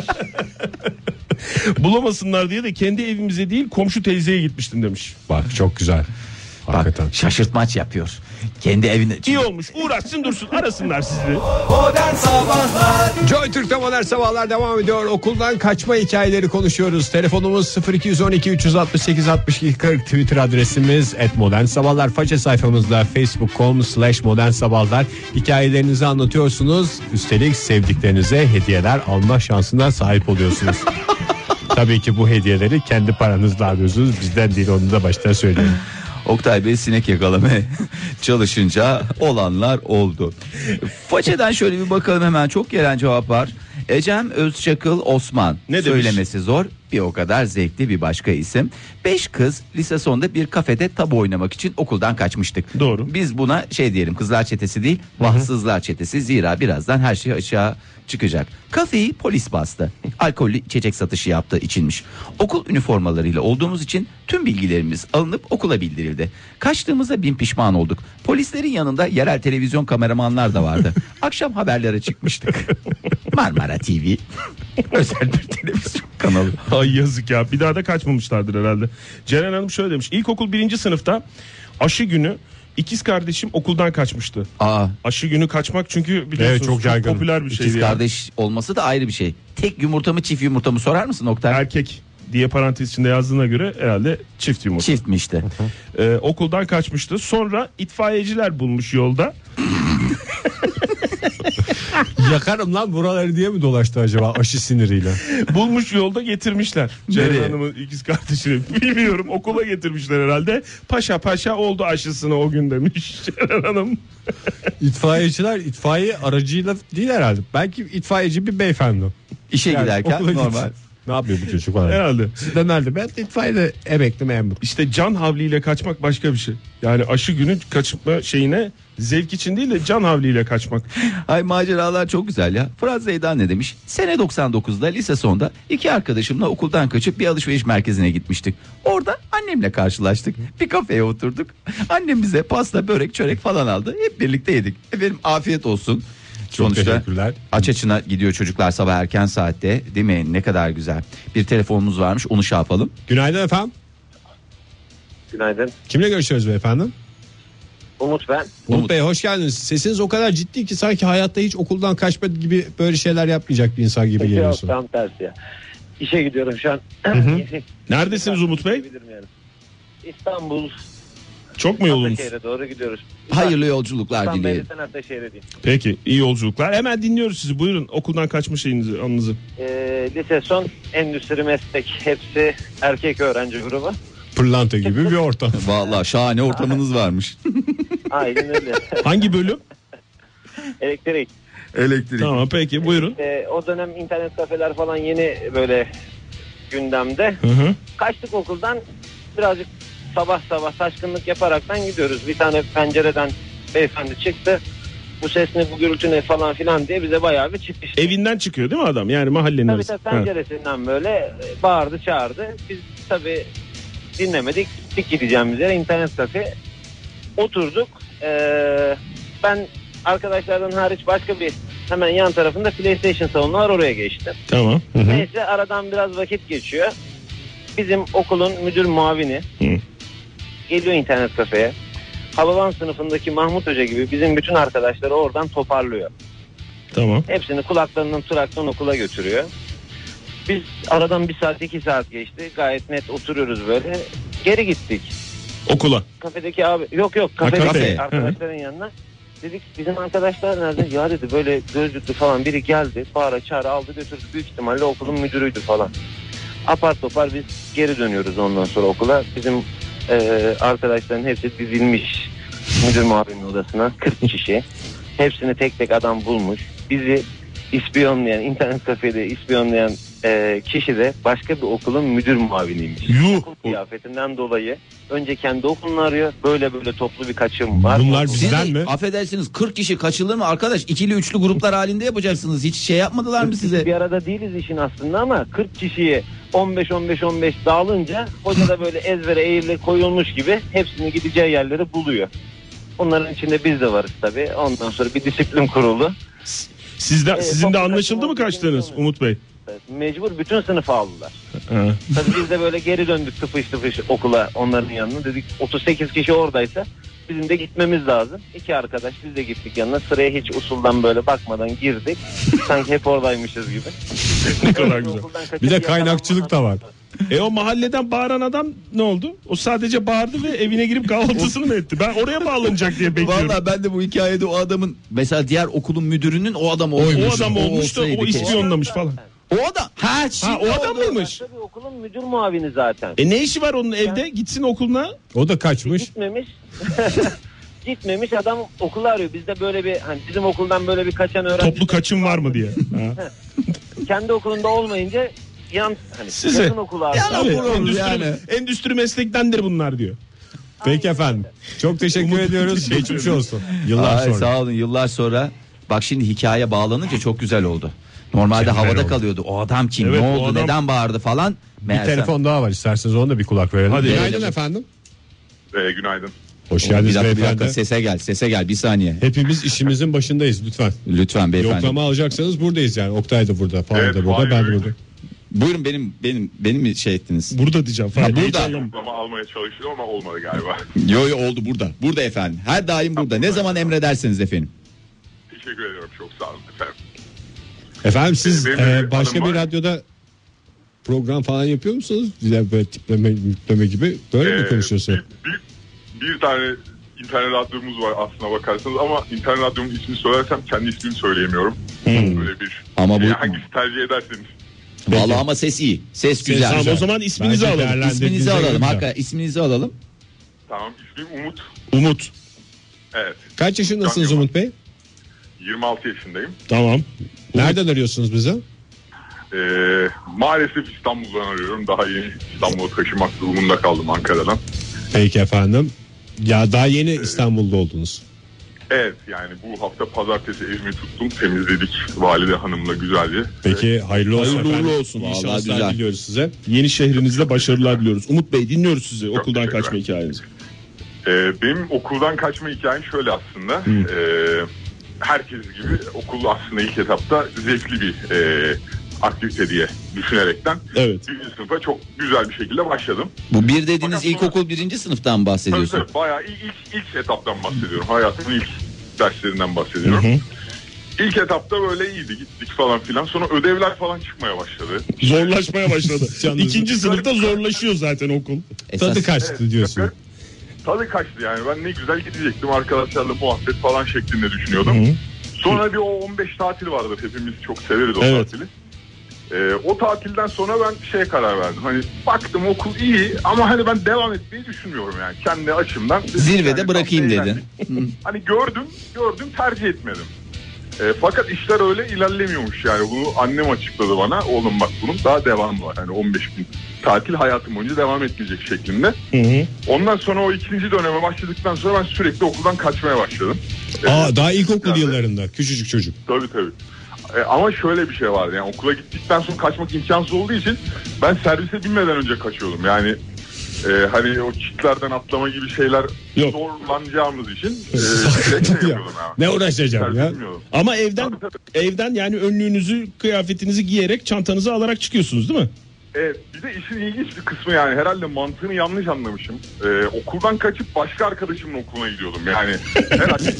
[SPEAKER 4] Bulamasınlar diye de kendi evimize değil komşu teyzeye gitmiştim demiş.
[SPEAKER 2] Bak çok güzel. Hakikaten.
[SPEAKER 3] Bak şaşırtmaç yapıyor. Kendi evine.
[SPEAKER 4] İyi olmuş, uğraşsın dursun, arasınlar sizi.
[SPEAKER 1] Modern Sabahlar
[SPEAKER 2] Joy Türk'te modern sabahlar devam ediyor. Okuldan kaçma hikayeleri konuşuyoruz. Telefonumuz 0212 368 62 40. Twitter adresimiz @modernsabahlar. Faça sayfamızda facebook.com/modernsabahlar. Hikayelerinizi anlatıyorsunuz. Üstelik sevdiklerinize hediyeler alma şansına sahip oluyorsunuz. Tabii ki bu hediyeleri kendi paranızla alıyorsunuz. Bizden değil, onu da baştan söyleyeyim.
[SPEAKER 3] Oktay Bey sinek yakalamaya çalışınca olanlar oldu. Façeden şöyle bir bakalım, hemen çok gelen cevap var. Ecem Özçakıl Osman.
[SPEAKER 4] Ne demiş?
[SPEAKER 3] Söylemesi zor, bir o kadar zevkli bir başka isim. 5 kız lise sonunda bir kafede tabu oynamak için okuldan kaçmıştık.
[SPEAKER 4] Doğru.
[SPEAKER 3] Biz buna şey diyelim, kızlar çetesi değil, vahsızlar çetesi. Zira birazdan her şey aşağı çıkacak. Kafeyi polis bastı. Alkollü içecek satışı yaptığı içinmiş. Okul üniformalarıyla olduğumuz için tüm bilgilerimiz alınıp okula bildirildi. Kaçtığımızda bin pişman olduk. Polislerin yanında yerel televizyon kameramanlar da vardı. Akşam haberlere çıkmıştık. Marmara TV özel bir televizyon kanalı.
[SPEAKER 4] Ay yazık ya, bir daha da kaçmamışlardır herhalde. Ceren Hanım şöyle demiş. İlkokul 1. sınıfta aşı günü ikiz kardeşim okuldan kaçmıştı. Aşı günü kaçmak çünkü biliyorsunuz
[SPEAKER 2] Evet, çok yaygın.
[SPEAKER 4] popüler bir şey.
[SPEAKER 3] İkiz kardeş olması da ayrı bir şey. Tek yumurta mı çift yumurta mı sorar mısın Oktay?
[SPEAKER 4] Erkek diye parantez içinde yazdığına göre herhalde çift yumurta.
[SPEAKER 3] Çift mi işte?
[SPEAKER 4] Okuldan kaçmıştı. Sonra itfaiyeciler bulmuş yolda.
[SPEAKER 2] Yakarım lan buraları diye mi dolaştı acaba aşı siniriyle?
[SPEAKER 4] Bulmuş yolda getirmişler. Ceren
[SPEAKER 3] Nereye?
[SPEAKER 4] Hanım'ın ikiz kardeşini. Bilmiyorum, okula getirmişler herhalde. Paşa paşa oldu aşısını o gün demiş Ceren Hanım.
[SPEAKER 2] İtfaiyeciler itfaiye aracıyla değil herhalde. Belki itfaiyeci bir beyefendi.
[SPEAKER 3] İşe
[SPEAKER 2] Yani
[SPEAKER 3] giderken
[SPEAKER 2] okula
[SPEAKER 3] normal.
[SPEAKER 2] gitsin. Ne yapıyor bu çocuk olarak?
[SPEAKER 4] Herhalde.
[SPEAKER 2] Sizden nerede? Ben de itfaiyede emekli memur.
[SPEAKER 4] İşte can havliyle kaçmak başka bir şey. Yani aşı günü kaçma şeyine zevk için değil de can havliyle kaçmak.
[SPEAKER 3] Ay maceralar çok güzel ya. Fırat Zeydan ne demiş? Sene 99'da lise sonunda 2 arkadaşımla okuldan kaçıp bir alışveriş merkezine gitmiştik. Orada annemle karşılaştık. Bir kafeye oturduk. Annem bize pasta, börek, çörek falan aldı. Hep birlikte yedik. Efendim afiyet olsun. Sonuçta
[SPEAKER 2] teşekkürler.
[SPEAKER 3] aç açına gidiyor çocuklar sabah erken saatte, değil mi? Ne kadar güzel. Bir telefonumuz varmış, onu şey yapalım.
[SPEAKER 2] Günaydın efendim.
[SPEAKER 6] Günaydın.
[SPEAKER 2] Kimle görüşüyoruz beyefendi?
[SPEAKER 6] Umut ben.
[SPEAKER 2] Umut Bey hoş geldiniz. Sesiniz o kadar ciddi ki sanki hayatta hiç okuldan kaçma gibi böyle şeyler yapmayacak bir insan gibi
[SPEAKER 6] Yok,
[SPEAKER 2] geliyorsun.
[SPEAKER 6] tam tersi ya. İşe gidiyorum şu an.
[SPEAKER 4] Neredesiniz Umut Bey?
[SPEAKER 6] Yani. İstanbul.
[SPEAKER 4] Çok mu yolunuz?
[SPEAKER 6] Ataşehir'e doğru gidiyoruz.
[SPEAKER 3] Hayırlı yolculuklar
[SPEAKER 6] İstanbul
[SPEAKER 3] dileyelim.
[SPEAKER 6] Belediye'den Ataşehir'e diyeyim.
[SPEAKER 4] Peki, iyi yolculuklar. Hemen dinliyoruz sizi. Buyurun, okuldan kaçma şeyinizi, anınızı.
[SPEAKER 6] Lise son, endüstri meslek. Hepsi erkek öğrenci grubu.
[SPEAKER 2] Pırlanta gibi bir ortam.
[SPEAKER 3] Vallahi şahane ortamınız varmış.
[SPEAKER 6] Aynen öyle.
[SPEAKER 4] Hangi bölüm?
[SPEAKER 6] Elektrik.
[SPEAKER 3] Elektrik.
[SPEAKER 4] Tamam peki, buyurun.
[SPEAKER 6] O dönem internet kafeler falan yeni böyle gündemde.
[SPEAKER 4] Hı hı.
[SPEAKER 6] Kaçtık okuldan, birazcık sabah sabah taşkınlık yaparaktan gidiyoruz. Bir tane pencereden beyefendi çıktı. Bu ses ne, bu gürültü ne falan filan diye bize bayağı bir çıkıştı.
[SPEAKER 4] Evinden çıkıyor değil mi adam? Yani mahallenin
[SPEAKER 6] Tabii
[SPEAKER 4] arası.
[SPEAKER 6] tabii, penceresinden böyle bağırdı çağırdı. Biz tabii dinlemedik. Gittik gideceğimiz yere, internet kafe. Oturduk. Ben arkadaşlardan hariç başka bir hemen yan tarafında PlayStation salonu var, oraya geçtim.
[SPEAKER 4] Tamam. Hı hı.
[SPEAKER 6] Neyse aradan biraz vakit geçiyor. Bizim okulun müdür muavini geliyor internet kafeye. Hababam sınıfındaki Mahmut Hoca gibi bizim bütün arkadaşları oradan toparlıyor.
[SPEAKER 4] Tamam.
[SPEAKER 6] Hepsini kulaklarından turaktan okula götürüyor. Biz aradan 1 saat 2 saat geçti. Gayet net oturuyoruz böyle. Geri gittik.
[SPEAKER 4] Okula.
[SPEAKER 6] Kafedeki abi yok
[SPEAKER 4] kafe.
[SPEAKER 6] kafedeki arkadaşların yanına. Dedik bizim arkadaşlar nerede? Ya dedi böyle gözlüklü falan biri geldi. Bağıra çağıra aldı götürdü. Büyük ihtimalle okulun müdürüydü falan. Apar topar biz geri dönüyoruz ondan sonra okula. Bizim arkadaşların hepsi dizilmiş müdür muavinin odasına. 40 kişi. Hepsini tek tek adam bulmuş. Bizi ispiyonlayan, internet kafede ispiyonlayan kişi de başka bir okulun müdür muaviniymiş.
[SPEAKER 4] Yuh.
[SPEAKER 6] Okul kıyafetinden dolayı önce kendi okulunu arıyor. Böyle toplu bir kaçım var.
[SPEAKER 2] Bunlar
[SPEAKER 3] Siz
[SPEAKER 2] bizden
[SPEAKER 3] de,
[SPEAKER 2] mi?
[SPEAKER 3] affedersiniz 40 kişi kaçılır mı arkadaş? İkili üçlü gruplar halinde yapacaksınız. Hiç şey yapmadılar mı size?
[SPEAKER 6] Bir arada değiliz işin aslında ama 40 kişiyi 15 dağılınca hoca da böyle ezbere eğrile koyulmuş gibi hepsini gideceği yerleri buluyor. Onların içinde biz de varız tabii. Ondan sonra bir disiplin kurulu.
[SPEAKER 4] Sizin de anlaşıldı mı kaçtığınız Umut Bey?
[SPEAKER 6] Mecbur bütün sınıfı aldılar.
[SPEAKER 4] Ha.
[SPEAKER 6] Tabii biz de böyle geri döndük tıpış okula onların yanına. Dedik 38 kişi oradaysa bizim de gitmemiz lazım. 2 arkadaş biz de gittik yanına. Sıraya hiç usuldan böyle bakmadan girdik. Sanki hep oradaymışız gibi.
[SPEAKER 4] Ne kadar güzel.
[SPEAKER 2] Bir de kaynakçılık da var.
[SPEAKER 4] O mahalleden bağıran adam ne oldu? O sadece bağırdı ve evine girip kahvaltısını mı etti? Ben oraya bağlanacak diye bekliyorum.
[SPEAKER 3] Vallahi ben de bu hikayede o adamın mesela diğer okulun müdürünün o adam olmuş.
[SPEAKER 4] O adam olmuş da o ispiyonlamış falan.
[SPEAKER 3] O adam.
[SPEAKER 4] O adam mıymış?
[SPEAKER 6] Tabii okulun müdür muavini zaten.
[SPEAKER 4] Ne işi var onun evde? Gitsin okuluna.
[SPEAKER 2] O da kaçmış.
[SPEAKER 6] Gitmemiş adam okulu arıyor. Bizde böyle bir hani bizim okuldan böyle bir kaçan öğrenci.
[SPEAKER 4] Toplu kaçım var mı diye.
[SPEAKER 6] Kendi okulunda olmayınca
[SPEAKER 4] Size.
[SPEAKER 6] yakın okulu arıyor.
[SPEAKER 4] Endüstri meslektendir bunlar diyor.
[SPEAKER 2] Peki efendim. Çok teşekkür ediyoruz. Geçmiş olsun. Yıllar sonra.
[SPEAKER 3] Sağ olun, yıllar sonra. Bak şimdi hikaye bağlanınca çok güzel oldu. Normalde
[SPEAKER 2] Mükemmel
[SPEAKER 3] havada
[SPEAKER 2] oldu.
[SPEAKER 3] kalıyordu. O adam kim?
[SPEAKER 4] Evet,
[SPEAKER 3] ne
[SPEAKER 4] o
[SPEAKER 3] oldu?
[SPEAKER 4] adam-
[SPEAKER 3] Neden bağırdı falan?
[SPEAKER 2] Bir telefon daha var. İsterseniz ona da bir kulak verelim.
[SPEAKER 4] Hadi.
[SPEAKER 2] Günaydın
[SPEAKER 3] Verelim.
[SPEAKER 2] efendim.
[SPEAKER 1] Günaydın.
[SPEAKER 2] Hoş
[SPEAKER 3] Bir
[SPEAKER 2] geldiniz
[SPEAKER 3] dakika,
[SPEAKER 2] beyefendi.
[SPEAKER 3] sese gel bir saniye.
[SPEAKER 2] Hepimiz işimizin başındayız lütfen.
[SPEAKER 3] Lütfen beyefendi.
[SPEAKER 2] Yoklama alacaksanız buradayız yani. Oktay da burada, Fahir de burada,
[SPEAKER 1] Fahir
[SPEAKER 2] ben de
[SPEAKER 1] öyle.
[SPEAKER 2] burada.
[SPEAKER 3] Buyurun benim mi şey ettiniz?
[SPEAKER 4] Burada diyeceğim.
[SPEAKER 3] Ha, burada.
[SPEAKER 1] Ama almaya çalıştım ama olmadı galiba.
[SPEAKER 3] Yo oldu burada. Burada efendim. Her daim burada. Ne zaman emrederseniz efendim.
[SPEAKER 1] Teşekkür ediyorum, çok sağ olun efendim.
[SPEAKER 2] Efendim siz
[SPEAKER 1] Benim bir
[SPEAKER 2] başka
[SPEAKER 1] hanım
[SPEAKER 2] bir
[SPEAKER 1] var.
[SPEAKER 2] radyoda program falan yapıyor musunuz? Bize böyle tipleme gibi. Böyle mi konuşuyorsunuz?
[SPEAKER 1] Bir tane internet radyomuz var aslına bakarsanız ama internet radyomun ismini söylersem kendi ismini söyleyemiyorum. Böyle bir
[SPEAKER 3] Ama bu-
[SPEAKER 1] hangisi tercih ederseniz.
[SPEAKER 3] Vallahi ama ses iyi. Ses güzel.
[SPEAKER 4] Tamam, o zaman isminizi
[SPEAKER 2] Bence
[SPEAKER 4] alalım.
[SPEAKER 2] değerlendirdiğinize
[SPEAKER 3] İsminizi alalım.
[SPEAKER 2] göre
[SPEAKER 3] Hakikaten isminizi alalım.
[SPEAKER 1] Tamam, ismim Umut.
[SPEAKER 4] Umut.
[SPEAKER 1] Evet,
[SPEAKER 2] Kaç yaşındasınız
[SPEAKER 1] Can
[SPEAKER 2] Umut Bey?
[SPEAKER 1] 26 yaşındayım.
[SPEAKER 4] Tamam.
[SPEAKER 2] Nereden arıyorsunuz bize?
[SPEAKER 1] Maalesef İstanbul'dan arıyorum. Daha yeni İstanbul'a taşımak durumunda kaldım Ankara'dan.
[SPEAKER 2] Peki efendim. Ya daha yeni İstanbul'da oldunuz.
[SPEAKER 1] Evet, yani bu hafta pazartesi evimi tuttum, temizledik valide hanımla güzelce.
[SPEAKER 2] Peki hayırlı olsun
[SPEAKER 3] Hayırlı
[SPEAKER 2] efendim.
[SPEAKER 3] uğurlu olsun.
[SPEAKER 2] İyi
[SPEAKER 3] Vallahi
[SPEAKER 2] şanslar
[SPEAKER 3] güzel.
[SPEAKER 2] diliyoruz size.
[SPEAKER 4] Yeni şehrinizde başarılar diliyoruz. Umut Bey dinliyoruz sizi okuldan
[SPEAKER 1] teşekkürler.
[SPEAKER 4] kaçma hikayenizi.
[SPEAKER 1] Benim okuldan kaçma hikayem şöyle aslında. Herkes gibi okul aslında ilk etapta zevkli bir aktivite diye düşünerekten
[SPEAKER 4] Evet.
[SPEAKER 1] birinci sınıfa çok güzel bir şekilde başladım.
[SPEAKER 3] Bu bir dediğiniz
[SPEAKER 1] Fakat
[SPEAKER 3] ilkokul 1. sınıftan bahsediyorsun.
[SPEAKER 1] Tabii, bayağı ilk etaptan bahsediyorum. Hayatımın ilk derslerinden bahsediyorum. İlk etapta böyle iyiydi, gittik falan filan. Sonra ödevler falan çıkmaya başladı.
[SPEAKER 4] Zorlaşmaya başladı.
[SPEAKER 2] Canınızı-
[SPEAKER 4] İkinci sınıfta zorlaşıyor zaten okul.
[SPEAKER 3] Esas-
[SPEAKER 2] Tadı kaçtı diyorsun.
[SPEAKER 1] Tadı kaçtı yani. Ben ne güzel gidecektim, arkadaşlarla muhabbet falan şeklinde düşünüyordum. Sonra bir o 15 tatil vardır. Hepimiz çok severiz o
[SPEAKER 4] Evet.
[SPEAKER 1] tatili. O tatilden sonra ben karar verdim. Hani baktım okul iyi ama hani ben devam etmeyi düşünmüyorum yani. Kendi açımdan.
[SPEAKER 3] Zirvede
[SPEAKER 1] Yani
[SPEAKER 3] bırakayım
[SPEAKER 1] tam
[SPEAKER 3] dedin.
[SPEAKER 1] eğlendik. Hani gördüm tercih etmedim. Fakat işler öyle ilerlemiyormuş yani. Bunu annem açıkladı bana. Oğlum bak bunun daha devamı var. Hani 15 gün tatil hayatım boyunca devam etmeyecek şeklinde. Ondan sonra o ikinci döneme başladıktan sonra ben sürekli okuldan kaçmaya başladım.
[SPEAKER 2] Daha ilkokul
[SPEAKER 1] Yani-
[SPEAKER 2] yıllarında küçücük çocuk.
[SPEAKER 1] Tabii. Ama şöyle bir şey vardı yani okula gittikten sonra kaçmak imkansız olduğu için ben servise binmeden önce kaçıyordum. Yani hani o çitlerden atlama gibi şeyler
[SPEAKER 4] Yok.
[SPEAKER 1] zorlanacağımız için direkt yapıyordum yani.
[SPEAKER 2] Ne uğraşacağım
[SPEAKER 1] Servise
[SPEAKER 2] ya?
[SPEAKER 1] binmiyordum.
[SPEAKER 4] Ama evden
[SPEAKER 1] Tabii.
[SPEAKER 4] evden yani önlüğünüzü, kıyafetinizi giyerek çantanızı alarak çıkıyorsunuz değil mi?
[SPEAKER 1] Evet, bir de işin ilginç bir kısmı yani herhalde mantığını yanlış anlamışım. Okuldan kaçıp başka arkadaşımın okuluna gidiyordum yani. Herhalde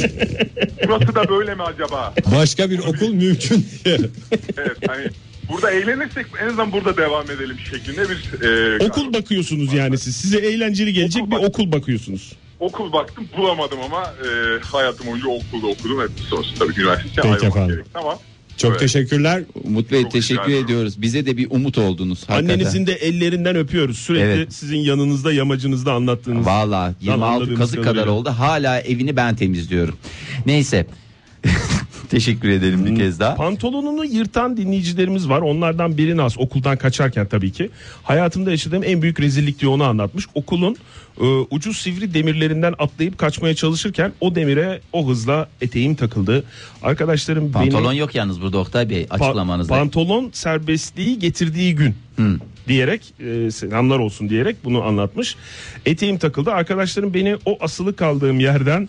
[SPEAKER 1] burası da böyle mi acaba?
[SPEAKER 2] Başka bir okul mümkün diye.
[SPEAKER 1] Evet, hani burada eğlenirsek en azından burada devam edelim şeklinde bir
[SPEAKER 4] Okul bakıyorsunuz yani siz. Size eğlenceli gelecek
[SPEAKER 1] Okul
[SPEAKER 4] bir
[SPEAKER 1] bak-
[SPEAKER 4] okul bakıyorsunuz.
[SPEAKER 1] Okul baktım bulamadım ama hayatım boyunca okulda okudum. Hep sonrası tabii üniversite
[SPEAKER 2] Peki
[SPEAKER 1] ayrılmak
[SPEAKER 2] efendim.
[SPEAKER 1] gerekti ama.
[SPEAKER 2] Çok
[SPEAKER 1] Evet.
[SPEAKER 2] teşekkürler.
[SPEAKER 3] Umut Bey
[SPEAKER 1] Çok
[SPEAKER 3] teşekkür
[SPEAKER 1] rica ederim.
[SPEAKER 3] ediyoruz. Bize de bir umut oldunuz. Hakikaten.
[SPEAKER 4] Annenizin de ellerinden öpüyoruz. Sürekli
[SPEAKER 3] Evet.
[SPEAKER 4] sizin yanınızda, yamacınızda anlattığınız.
[SPEAKER 3] Valla 26
[SPEAKER 4] anladığımız
[SPEAKER 3] kazık kadar
[SPEAKER 4] kadarıyla.
[SPEAKER 3] oldu. Hala evini ben temizliyorum. Neyse. Teşekkür edelim bir kez daha.
[SPEAKER 4] Pantolonunu yırtan dinleyicilerimiz var. Onlardan biri Naz, okuldan kaçarken tabii ki. Hayatımda yaşadığım en büyük rezillik diye onu anlatmış. Okulun ucu sivri demirlerinden atlayıp kaçmaya çalışırken o demire o hızla eteğim takıldı. Arkadaşlarım
[SPEAKER 3] Pantolon yok yalnız burada Oktay Bey açıklamanızda.
[SPEAKER 4] Pantolon serbestliği getirdiği gün diyerek selamlar olsun diyerek bunu anlatmış. Eteğim takıldı. Arkadaşlarım beni o asılı kaldığım yerden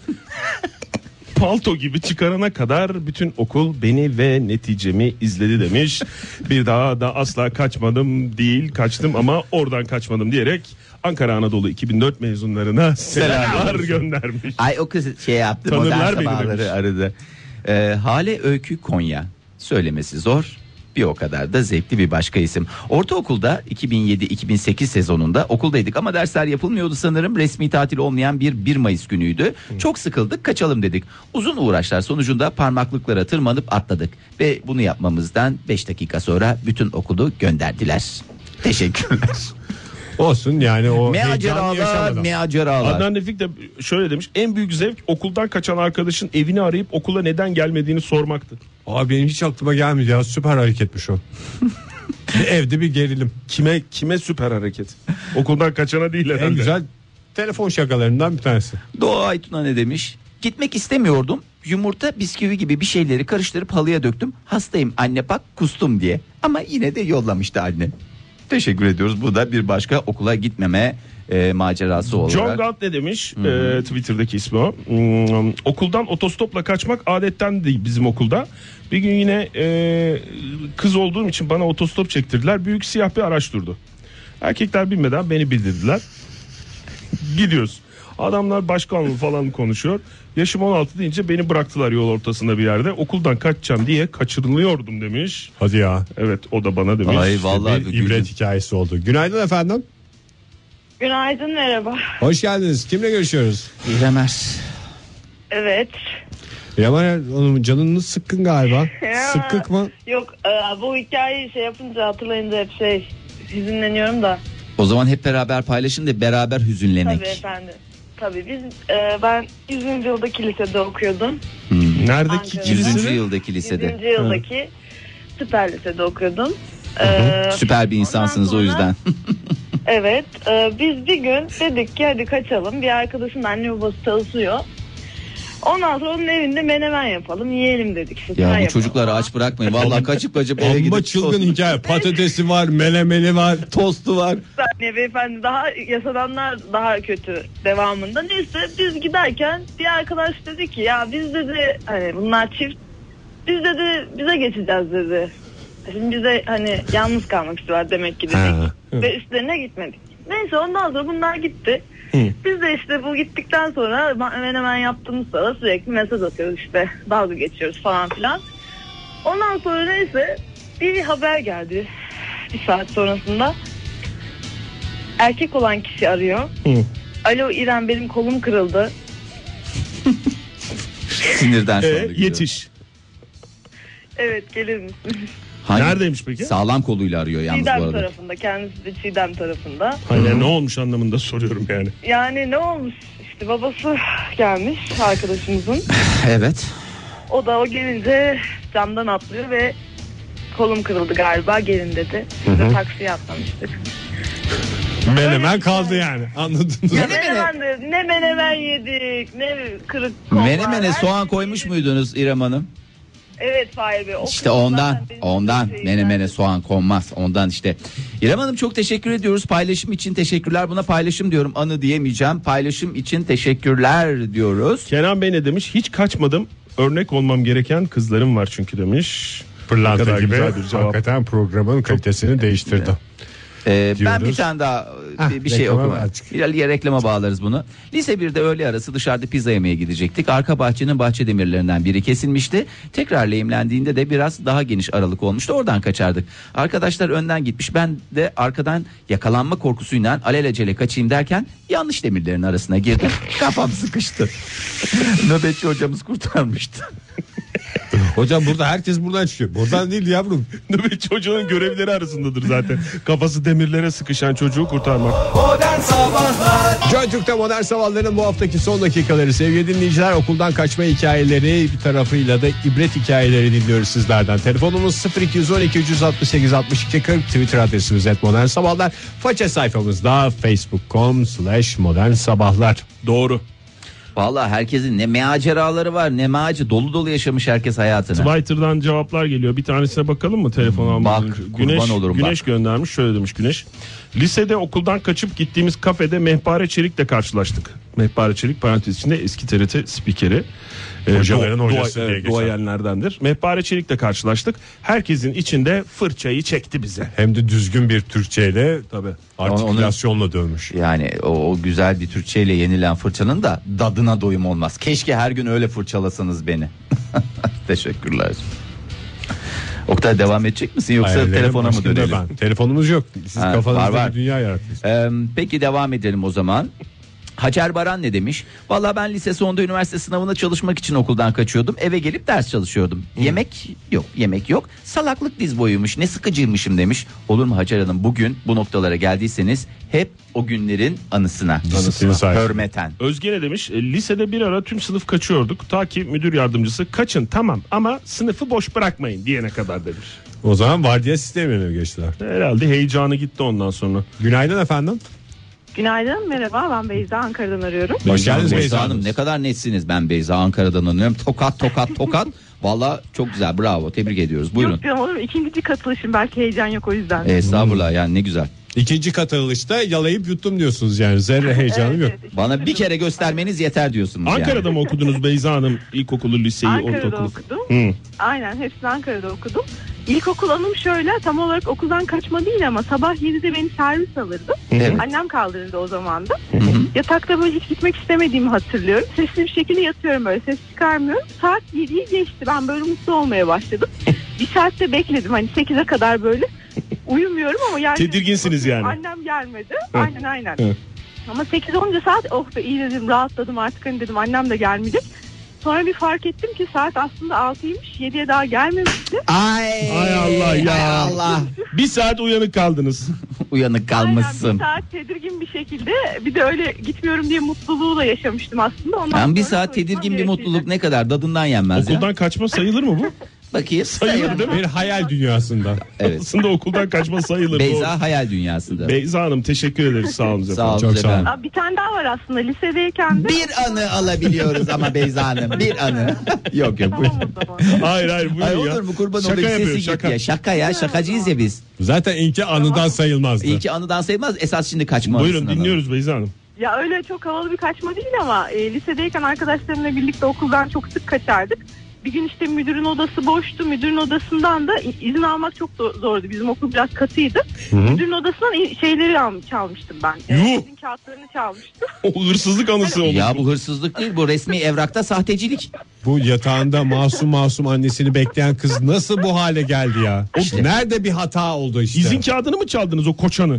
[SPEAKER 4] palto gibi çıkarana kadar bütün okul beni ve neticemi izledi demiş. Bir daha da asla kaçmadım değil, kaçtım ama oradan kaçmadım diyerek Ankara Anadolu 2004 mezunlarına selamlar göndermiş.
[SPEAKER 3] Ay o kız şey yaptı,
[SPEAKER 4] Tanırlar
[SPEAKER 3] modern
[SPEAKER 4] beni
[SPEAKER 3] sabahları
[SPEAKER 4] demiş.
[SPEAKER 3] aradı. Hale Öykü Konya, söylemesi zor, bir o kadar da zevkli bir başka isim. Ortaokulda 2007-2008 sezonunda okuldaydık ama dersler yapılmıyordu sanırım. Resmi tatil olmayan bir 1 Mayıs günüydü. Çok sıkıldık, kaçalım dedik. Uzun uğraşlar sonucunda parmaklıklara tırmanıp atladık. Ve bunu yapmamızdan 5 dakika sonra bütün okulu gönderdiler. Teşekkürler.
[SPEAKER 2] Olsun yani o heyecanı
[SPEAKER 3] Maceralar,
[SPEAKER 2] yaşamadan.
[SPEAKER 3] maceralar.
[SPEAKER 4] Adnan Refik de şöyle demiş: en büyük zevk okuldan kaçan arkadaşın evini arayıp okula neden gelmediğini sormaktı.
[SPEAKER 2] Abi benim hiç aklıma gelmedi ya, süper hareketmiş o. Evde bir gerilim.
[SPEAKER 4] Kime süper hareket? Okuldan kaçana değil herhalde.
[SPEAKER 2] En güzel telefon şakalarından bir tanesi.
[SPEAKER 3] Doğa Aytuna ne demiş? Gitmek istemiyordum. Yumurta, bisküvi gibi bir şeyleri karıştırıp halıya döktüm. Hastayım anne bak, kustum diye. Ama yine de yollamıştı anne. Teşekkür ediyoruz. Bu da bir başka okula gitmeme macerası olarak.
[SPEAKER 4] John Galt ne demiş? Twitter'daki ismi o. Okuldan otostopla kaçmak adetten değil bizim okulda. Bir gün yine kız olduğum için bana otostop çektirdiler. Büyük siyah bir araç durdu. Erkekler binmeden beni bildirdiler. Gidiyoruz. Adamlar başkanlı falan konuşuyor. Yaşım 16 deyince beni bıraktılar yol ortasında bir yerde. Okuldan kaçacağım diye kaçırılıyordum demiş.
[SPEAKER 2] Hadi ya.
[SPEAKER 4] Evet, o da bana demiş.
[SPEAKER 3] Ay vallahi
[SPEAKER 2] Bir ibret hikayesi oldu. Günaydın efendim.
[SPEAKER 5] Günaydın, merhaba.
[SPEAKER 2] Hoş geldiniz. Kimle görüşüyoruz?
[SPEAKER 3] Bilemez.
[SPEAKER 5] Evet.
[SPEAKER 2] Yaman Hanım, canınız sıkkın galiba. Sıkkık mı?
[SPEAKER 5] Yok, bu hikayeyi şey yapınca, hatırlayınca hep hüzünleniyorum da.
[SPEAKER 3] O zaman hep beraber paylaşın da beraber hüzünlenek.
[SPEAKER 5] Tabii efendim. Tabii ben 100. yıldaki lisede okuyordum.
[SPEAKER 4] Neredeki
[SPEAKER 5] Ankara'da.
[SPEAKER 3] 100.
[SPEAKER 4] kilisede?
[SPEAKER 3] yıldaki lisede.
[SPEAKER 5] 100. yıldaki süper lisede okuyordum.
[SPEAKER 3] Süper bir insansınız
[SPEAKER 5] ondan
[SPEAKER 3] o yüzden.
[SPEAKER 5] Evet, biz bir gün dedik ki hadi kaçalım. Bir arkadaşın anne babası çalışıyor. Ondan sonra onun evinde menemen yapalım, yiyelim dedik.
[SPEAKER 3] Ya bu çocukları aç bırakmayın. Vallahi kaçıp eve
[SPEAKER 2] Amma
[SPEAKER 3] gidip
[SPEAKER 2] çılgın hikaye. Patatesi var, melemeni var, tostu var.
[SPEAKER 5] Saniye beyefendi, daha yaşananlar daha kötü devamında. Neyse biz giderken bir arkadaş dedi ki ya biz dedi, hani bunlar çift, biz dedi bize geçeceğiz dedi. Şimdi bize hani yalnız kalmak istiyorlar demek ki dedik. Ve üstlerine gitmedik. Neyse ondan sonra bunlar gitti. Biz de işte bu gittikten sonra hemen yaptığımız sırada sürekli mesaj atıyoruz, işte dalga geçiyoruz falan filan. Ondan sonra neyse bir haber geldi bir saat sonrasında. Erkek olan kişi arıyor. Alo İrem, benim kolum kırıldı.
[SPEAKER 3] sinirden sonra gidiyor.
[SPEAKER 4] Yetiş.
[SPEAKER 5] Evet, gelir misin?
[SPEAKER 4] Neredeymiş peki?
[SPEAKER 3] Sağlam koluyla arıyor yalnız bu
[SPEAKER 5] Çiğdem
[SPEAKER 3] arada.
[SPEAKER 5] tarafında, kendisi de Çiğdem tarafında.
[SPEAKER 4] Hani ne olmuş anlamında soruyorum yani.
[SPEAKER 5] Yani ne olmuş, işte babası gelmiş arkadaşımızın.
[SPEAKER 3] Evet.
[SPEAKER 5] O gelince camdan atlıyor ve kolum kırıldı galiba, gelin dedi. Biz de taksiye atlamıştık.
[SPEAKER 2] Menemen kaldı yani. Anladınız mı?
[SPEAKER 5] Ne menemen yedik, ne kırık kollar.
[SPEAKER 3] Menemene
[SPEAKER 5] her
[SPEAKER 3] soğan
[SPEAKER 5] şey
[SPEAKER 3] koymuş
[SPEAKER 5] yedik.
[SPEAKER 3] muydunuz İrem Hanım?
[SPEAKER 5] Evet Fahir Bey.
[SPEAKER 3] İşte ondan
[SPEAKER 5] şeyden.
[SPEAKER 3] menemene soğan konmaz. Ondan işte. İrem Hanım çok teşekkür ediyoruz. Paylaşım için teşekkürler. Buna paylaşım diyorum. Anı diyemeyeceğim. Paylaşım için teşekkürler diyoruz.
[SPEAKER 4] Kenan Bey ne demiş? Hiç kaçmadım. Örnek olmam gereken kızlarım var çünkü demiş.
[SPEAKER 2] Pırlanta
[SPEAKER 4] Ne kadar
[SPEAKER 2] gibi
[SPEAKER 4] güzel bir cevap.
[SPEAKER 2] hakikaten programın kalitesini değiştirdi.
[SPEAKER 3] Ben
[SPEAKER 2] diyoruz.
[SPEAKER 3] bir tane daha bir şey
[SPEAKER 2] reklama
[SPEAKER 3] okuma.
[SPEAKER 2] artık.
[SPEAKER 3] Bir reklama bağlarız bunu. Lise 1'de öğle arası dışarıda pizza yemeye gidecektik. Arka bahçenin bahçe demirlerinden biri kesilmişti. Tekrar lehimlendiğinde de biraz daha geniş aralık olmuştu. Oradan kaçardık. Arkadaşlar önden gitmiş. Ben de arkadan yakalanma korkusuyla alelacele kaçayım derken yanlış demirlerin arasına girdim. Kafam sıkıştı. Nöbetçi hocamız kurtarmıştı.
[SPEAKER 2] Hocam burada herkes buradan çıkıyor. Buradan değil yavrum.
[SPEAKER 4] Çocuğun görevleri arasındadır zaten. Kafası demirlere sıkışan çocuğu kurtarmak.
[SPEAKER 2] Joy Türk'te Modern Sabahların bu haftaki son dakikaları sevgili dinleyiciler. Okuldan kaçma hikayeleri, bir tarafıyla da ibret hikayeleri dinliyoruz sizlerden. Telefonumuz 0212 368 62 40, Twitter adresimiz @modernsabahlar. Faça sayfamızda facebook.com/modernsabahlar.
[SPEAKER 4] Doğru.
[SPEAKER 3] Vallahi herkesin ne maceraları var, ne dolu yaşamış herkes hayatını.
[SPEAKER 4] Twitter'dan cevaplar geliyor. Bir tanesine bakalım mı telefon almadan?
[SPEAKER 3] Bak, kurban olurum
[SPEAKER 4] Güneş göndermiş. Şöyle demiş Güneş. Lisede okuldan kaçıp gittiğimiz kafede Mehpare Çelik'le karşılaştık. Mehpare Çelik parantez içinde eski TRT spikeri.
[SPEAKER 2] Hocaların hocası diye geçer.
[SPEAKER 4] Duayenlerdendir. Mehpare Çelik'le karşılaştık. Herkesin içinde fırçayı çekti bize.
[SPEAKER 2] Hem de düzgün bir Türkçeyle tabii artikülasyonla dövmüş.
[SPEAKER 3] Yani o güzel bir Türkçeyle yenilen fırçanın da dadına doyum olmaz. Keşke her gün öyle fırçalasanız beni. Teşekkürler. Oktay devam edecek misin yoksa
[SPEAKER 2] Hayallerim
[SPEAKER 4] telefona mı dönelim?
[SPEAKER 2] Telefonumuz yok. Siz kafanızda
[SPEAKER 3] var.
[SPEAKER 2] bir dünya yarattınız.
[SPEAKER 3] Peki devam edelim o zaman. Hacer Baran ne demiş? Vallahi ben lise sonunda üniversite sınavına çalışmak için okuldan kaçıyordum. Eve gelip ders çalışıyordum. Yemek yok. Salaklık diz boyuymuş. Ne sıkıcıymışım demiş. Olur mu Hacer Hanım? Bugün bu noktalara geldiyseniz hep o günlerin anısına hürmeten.
[SPEAKER 4] Özge ne demiş? Lisede bir ara tüm sınıf kaçıyorduk. Ta ki müdür yardımcısı kaçın tamam ama sınıfı boş bırakmayın diyene kadar demiş.
[SPEAKER 2] O zaman vardiya sistemine geçtiler.
[SPEAKER 4] Herhalde heyecanı gitti ondan sonra.
[SPEAKER 2] Günaydın efendim.
[SPEAKER 5] Günaydın, merhaba, ben Beyza, Ankara'dan arıyorum.
[SPEAKER 2] Hoş geldiniz
[SPEAKER 3] Beyza Hanım. Ne kadar netsiniz. Ben Beyza, Ankara'dan anlıyorum. Tokat. Valla çok güzel, bravo, tebrik ediyoruz. Buyurun.
[SPEAKER 5] Yok canım, olur mu? İkinci katılışım, belki heyecan yok o yüzden.
[SPEAKER 3] Estağfurullah, yani ne güzel.
[SPEAKER 2] İkinci katılışta yalayıp yuttum diyorsunuz yani, zerre heyecanım yok.
[SPEAKER 3] Bana bir kere göstermeniz yeter diyorsunuz.
[SPEAKER 4] Ankara'da
[SPEAKER 3] yani.
[SPEAKER 4] mı okudunuz Beyza Hanım? İlkokulu, liseyi,
[SPEAKER 5] Ankara'da
[SPEAKER 4] ortaokulu.
[SPEAKER 5] okudum. Aynen, hepsini Ankara'da okudum. İlkokul anım şöyle, tam olarak okuldan kaçma değil ama sabah 7'de beni servis alırdı.
[SPEAKER 3] Evet.
[SPEAKER 5] Annem kaldırırdı o zaman da. Yatakta böyle hiç gitmek istemediğimi hatırlıyorum. Sesli bir şekilde yatıyorum, böyle ses çıkarmıyorum. Saat 7'yi geçti, ben böyle mutlu olmaya başladım. Bir saatte bekledim, hani 8'e kadar böyle uyumuyorum ama yani.
[SPEAKER 4] Tedirginsiniz yani.
[SPEAKER 5] Annem gelmedi. Aynen. Ama 8 olunca saat, oh be iyi dedim, rahatladım artık, hani dedim annem de gelmeyecek. Sonra bir fark ettim ki saat aslında 6'ymış, 7'ye daha gelmemişti.
[SPEAKER 3] Ay
[SPEAKER 4] Allah ya.
[SPEAKER 3] Ay Allah.
[SPEAKER 4] Bir saat uyanık kaldınız.
[SPEAKER 3] Uyanık kalmışsın.
[SPEAKER 5] Aynen, bir saat tedirgin bir şekilde, bir de öyle gitmiyorum diye mutluluğu yaşamıştım aslında. Ondan
[SPEAKER 3] Yani bir
[SPEAKER 5] sonra
[SPEAKER 3] saat tedirgin bir mutluluk ne kadar dadından yenmez
[SPEAKER 4] Okuldan
[SPEAKER 3] ya.
[SPEAKER 4] kaçma sayılır mı bu?
[SPEAKER 3] Bakayım.
[SPEAKER 4] Sayılır değil mi?
[SPEAKER 2] Bir hayal dünyasında.
[SPEAKER 3] Evet.
[SPEAKER 4] Aslında okuldan kaçma sayılır.
[SPEAKER 3] Beyza
[SPEAKER 4] Doğru.
[SPEAKER 3] hayal dünyasında.
[SPEAKER 4] Beyza Hanım teşekkür ederiz, sağ olun.
[SPEAKER 3] Sağ olun
[SPEAKER 2] Çok sağ olun.
[SPEAKER 3] efendim.
[SPEAKER 5] Bir tane daha var aslında, lisedeyken de.
[SPEAKER 3] Bir anı alabiliyoruz ama Beyza Hanım. Bir anı. Yok.
[SPEAKER 5] Tamam o zaman.
[SPEAKER 4] Hayır buyurun
[SPEAKER 3] Ay
[SPEAKER 4] ya.
[SPEAKER 3] olur mu, kurban
[SPEAKER 4] Şaka
[SPEAKER 3] olayım,
[SPEAKER 4] yapıyor,
[SPEAKER 3] sesi
[SPEAKER 4] şaka.
[SPEAKER 3] gitti ya. Şaka ya, şakacıyız ya biz.
[SPEAKER 2] Zaten ilki anıdan sayılmazdı.
[SPEAKER 3] İyi ki anıdan sayılmaz, esas şimdi kaçma
[SPEAKER 4] Buyurun
[SPEAKER 3] anısından
[SPEAKER 4] dinliyoruz Beyza Hanım.
[SPEAKER 5] Ya öyle çok havalı bir kaçma değil ama lisedeyken arkadaşlarımla birlikte okuldan çok sık kaçardık. Bir gün işte müdürün odası boştu. Müdürün odasından da izin almak çok zordu. Bizim okul biraz katıydı. Müdürün odasından şeyleri çalmıştım ben. İzin kağıtlarını çalmıştım.
[SPEAKER 4] O hırsızlık anısı olmuş.
[SPEAKER 3] Ya bu hırsızlık değil, bu resmi evrakta sahtecilik.
[SPEAKER 2] Bu yatağında masum annesini bekleyen kız nasıl bu hale geldi ya? Nerede bir hata oldu işte?
[SPEAKER 4] İzin kağıdını mı çaldınız, o koçanı?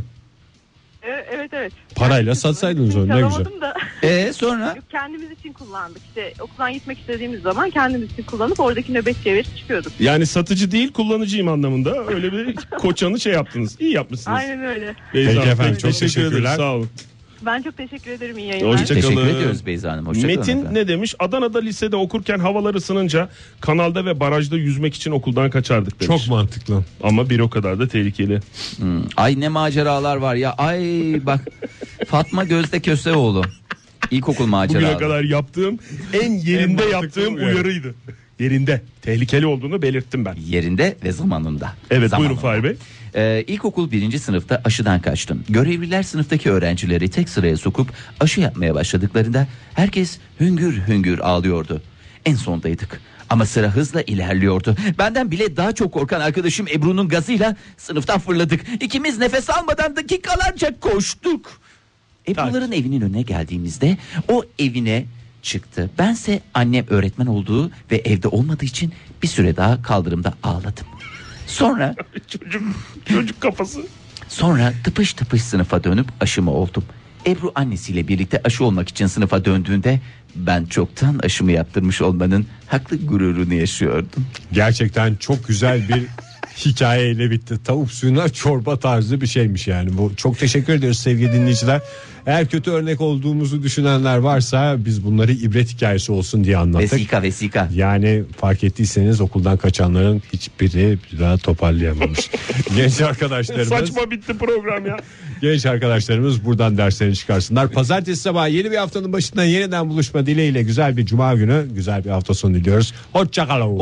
[SPEAKER 5] Evet.
[SPEAKER 2] Parayla satsaydınız onu, ne güzel.
[SPEAKER 5] Çalamadım da.
[SPEAKER 3] Sonra?
[SPEAKER 5] Yok, kendimiz için kullandık. İşte okuldan gitmek istediğimiz zaman kendimiz için kullanıp oradaki nöbetçiye verip çıkıyorduk.
[SPEAKER 4] Yani satıcı değil, kullanıcıyım anlamında. Öyle bir koçanı şey yaptınız. İyi yapmışsınız.
[SPEAKER 5] Aynen öyle.
[SPEAKER 4] Beyza
[SPEAKER 2] Peki
[SPEAKER 4] Hanım,
[SPEAKER 2] efendim, çok
[SPEAKER 4] teşekkür ederiz,
[SPEAKER 2] teşekkürler.
[SPEAKER 4] sağ olun.
[SPEAKER 5] Ben çok teşekkür ederim. İyi yayınlar.
[SPEAKER 4] Hoşçakalın.
[SPEAKER 3] Teşekkür ediyoruz Beyza Hanım. Hoşçakalın
[SPEAKER 4] Metin
[SPEAKER 3] efendim.
[SPEAKER 4] ne demiş? Adana'da lisede okurken havalar ısınınca kanalda ve barajda yüzmek için okuldan kaçardık demiş.
[SPEAKER 2] Çok mantıklı.
[SPEAKER 4] Ama bir o kadar da tehlikeli.
[SPEAKER 3] Ay ne maceralar var ya. Ay bak, Fatma Gözde Köseoğlu. İlkokul maceraları.
[SPEAKER 4] Bugüne kadar yaptığım en yerinde
[SPEAKER 2] mantıklı
[SPEAKER 4] yaptığım
[SPEAKER 2] uyarı.
[SPEAKER 4] uyarıydı. Yerinde. Tehlikeli olduğunu belirttim ben.
[SPEAKER 3] Yerinde ve zamanında.
[SPEAKER 4] Evet
[SPEAKER 3] Zamanında.
[SPEAKER 4] buyurun Fahir Bey.
[SPEAKER 3] İlkokul 1. sınıfta aşıdan kaçtım. Görevliler sınıftaki öğrencileri tek sıraya sokup aşı yapmaya başladıklarında herkes hüngür hüngür ağlıyordu. En sondaydık. Ama sıra hızla ilerliyordu. Benden bile daha çok korkan arkadaşım Ebru'nun gazıyla sınıftan fırladık. İkimiz nefes almadan dakikalarca koştuk. Ebru'ların evinin önüne geldiğimizde o evine çıktı. Bense annem öğretmen olduğu ve evde olmadığı için bir süre daha kaldırımda ağladım. Sonra
[SPEAKER 4] Çocuk kafası.
[SPEAKER 3] Sonra tıpış tıpış sınıfa dönüp aşımı oldum. Ebru annesiyle birlikte aşı olmak için sınıfa döndüğünde ben çoktan aşımı yaptırmış olmanın haklı gururunu yaşıyordum.
[SPEAKER 2] Gerçekten çok güzel bir hikayeyle bitti. Tavuk suyuna çorba tarzı bir şeymiş yani. Bu çok teşekkür ediyoruz sevgili dinleyiciler. Eğer kötü örnek olduğumuzu düşünenler varsa biz bunları ibret hikayesi olsun diye anlattık.
[SPEAKER 3] Vesika.
[SPEAKER 2] Yani fark ettiyseniz okuldan kaçanların hiçbiri bir daha toparlayamamış. Genç arkadaşlarımız.
[SPEAKER 4] Saçma bitti program ya.
[SPEAKER 2] Genç arkadaşlarımız buradan derslerini çıkarsınlar. Pazartesi sabahı yeni bir haftanın başında yeniden buluşma dileğiyle güzel bir cuma günü, güzel bir hafta sonu diliyoruz. Hoşçakalın.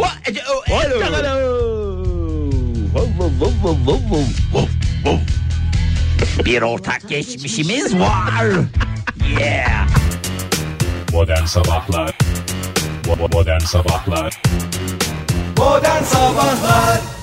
[SPEAKER 3] Bir ortak geçmişimiz var. Yeah.
[SPEAKER 7] Modern Sabahlar. Modern Sabahlar.
[SPEAKER 8] Modern Sabahlar